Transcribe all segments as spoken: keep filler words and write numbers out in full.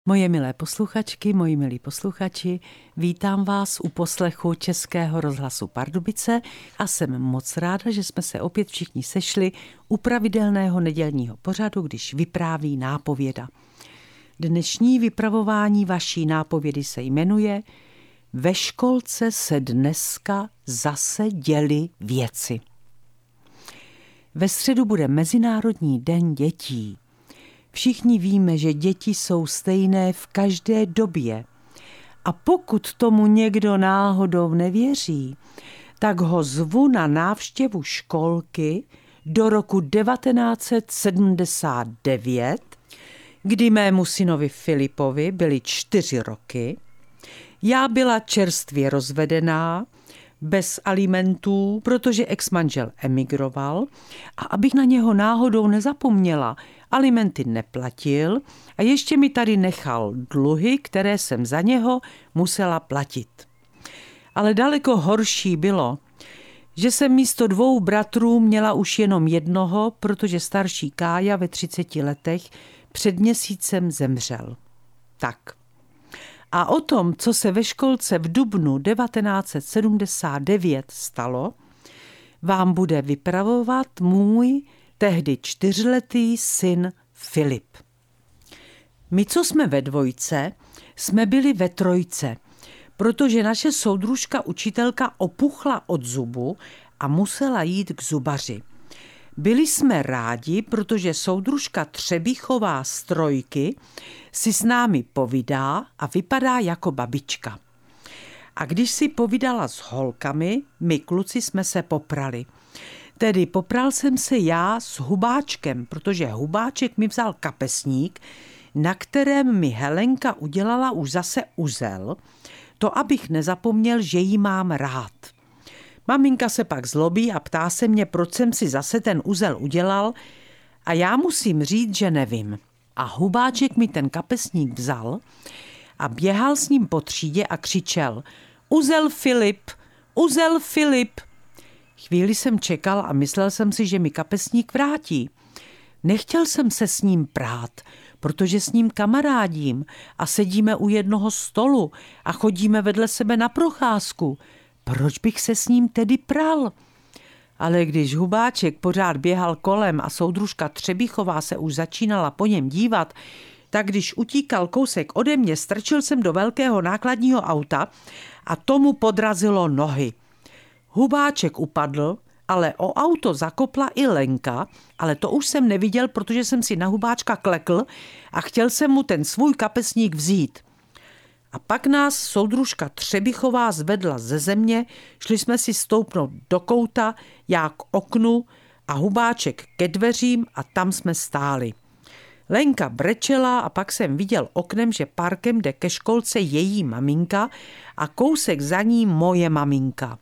Moje milé posluchačky, moji milí posluchači, vítám vás u poslechu Českého rozhlasu Pardubice a jsem moc ráda, že jsme se opět všichni sešli u pravidelného nedělního pořadu, když vypráví nápověda. Dnešní vypravování vaší nápovědy se jmenuje Ve školce se dneska zase děly věci. Ve středu bude Mezinárodní den dětí. Všichni víme, že děti jsou stejné v každé době. A pokud tomu někdo náhodou nevěří, tak ho zvu na návštěvu školky do roku devatenáct set sedmdesát devět, kdy mému synovi Filipovi byly čtyři roky. Já byla čerstvě rozvedená, bez alimentů, protože exmanžel emigroval a abych na něho náhodou nezapomněla, alimenty neplatil a ještě mi tady nechal dluhy, které jsem za něho musela platit. Ale daleko horší bylo, že jsem místo dvou bratrů měla už jenom jednoho, protože starší Kája ve třiceti letech před měsícem zemřel. Tak. A o tom, co se ve školce v dubnu devatenáct set sedmdesát devět stalo, vám bude vypravovat můj tehdy čtyřletý syn Filip. My, co jsme ve dvojce, jsme byli ve trojce, protože naše soudružka učitelka opuchla od zubu a musela jít k zubaři. Byli jsme rádi, protože soudružka Třebichová z trojky si s námi povídá a vypadá jako babička. A když si povídala s holkami, my kluci jsme se poprali. Tedy popral jsem se já s Hubáčkem, protože Hubáček mi vzal kapesník, na kterém mi Helenka udělala už zase uzel, to abych nezapomněl, že jí mám rád. Maminka se pak zlobí a ptá se mě, proč jsem si zase ten uzel udělal a já musím říct, že nevím. A Hubáček mi ten kapesník vzal a běhal s ním po třídě a křičel Uzel Filip, uzel Filip. Chvíli jsem čekal a myslel jsem si, že mi kapesník vrátí. Nechtěl jsem se s ním prát, protože s ním kamarádím a sedíme u jednoho stolu a chodíme vedle sebe na procházku. Proč bych se s ním tedy pral? Ale když Hubáček pořád běhal kolem a soudružka Třebichová se už začínala po něm dívat, tak když utíkal kousek ode mě, strčil jsem do velkého nákladního auta a tomu podrazilo nohy. Hubáček upadl, ale o auto zakopla i Lenka, ale to už jsem neviděl, protože jsem si na Hubáčka klekl a chtěl jsem mu ten svůj kapesník vzít. A pak nás soudružka Třebichová zvedla ze země, šli jsme si stoupnout do kouta, já k oknu a Hubáček ke dveřím a tam jsme stáli. Lenka brečela a pak jsem viděl oknem, že parkem jde ke školce její maminka a kousek za ní moje maminka.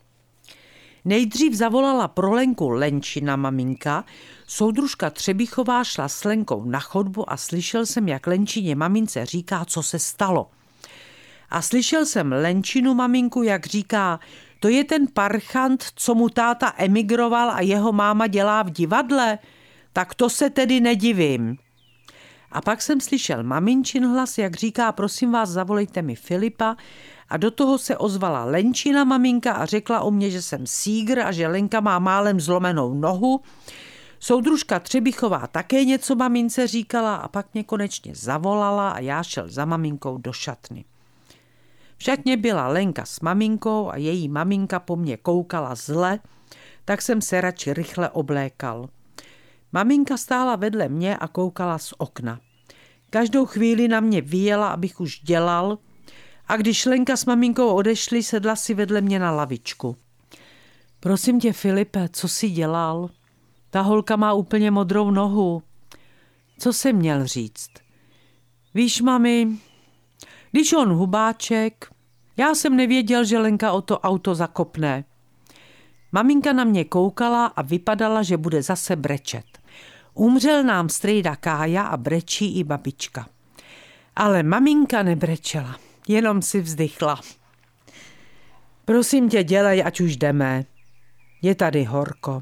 Nejdřív zavolala pro Lenku Lenčina maminka, soudružka Třebichová šla s Lenkou na chodbu a slyšel jsem, jak Lenčině mamince říká, co se stalo. A slyšel jsem Lenčinu maminku, jak říká, to je ten parchant, co mu táta emigroval a jeho máma dělá v divadle? Tak to se tedy nedivím. A pak jsem slyšel maminčin hlas, jak říká, prosím vás, zavolejte mi Filipa. A do toho se ozvala Lenčina maminka a řekla o mě, že jsem sígr a že Lenka má málem zlomenou nohu. Soudružka Třebichová také něco mamince říkala a pak mě konečně zavolala a já šel za maminkou do šatny. V šatně byla Lenka s maminkou a její maminka po mně koukala zle, tak jsem se radši rychle oblékal. Maminka stála vedle mě a koukala z okna. Každou chvíli na mě vyjela, abych už dělal, a když Lenka s maminkou odešli, sedla si vedle mě na lavičku. Prosím tě, Filipe, co jsi dělal? Ta holka má úplně modrou nohu. Co jsem měl říct? Víš, mami, když on Hubáček, já jsem nevěděl, že Lenka o to auto zakopne. Maminka na mě koukala a vypadala, že bude zase brečet. Umřel nám strejda Kája a brečí i babička. Ale maminka nebrečela, jenom si vzdychla. Prosím tě, dělej, ať už jdeme. Je tady horko.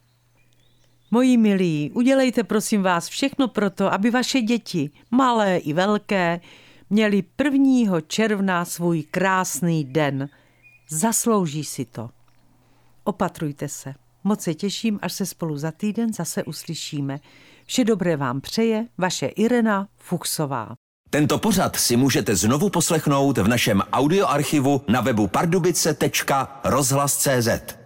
Moji milí, udělejte prosím vás všechno proto, aby vaše děti, malé i velké, měli prvního června svůj krásný den. Zaslouží si to. Opatrujte se. Moc se těším, až se spolu za týden zase uslyšíme. Vše dobré vám přeje vaše Irena Fuchsová. Tento pořad si můžete znovu poslechnout v našem audioarchivu na webu pardubice tečka rozhlas tečka cé zet.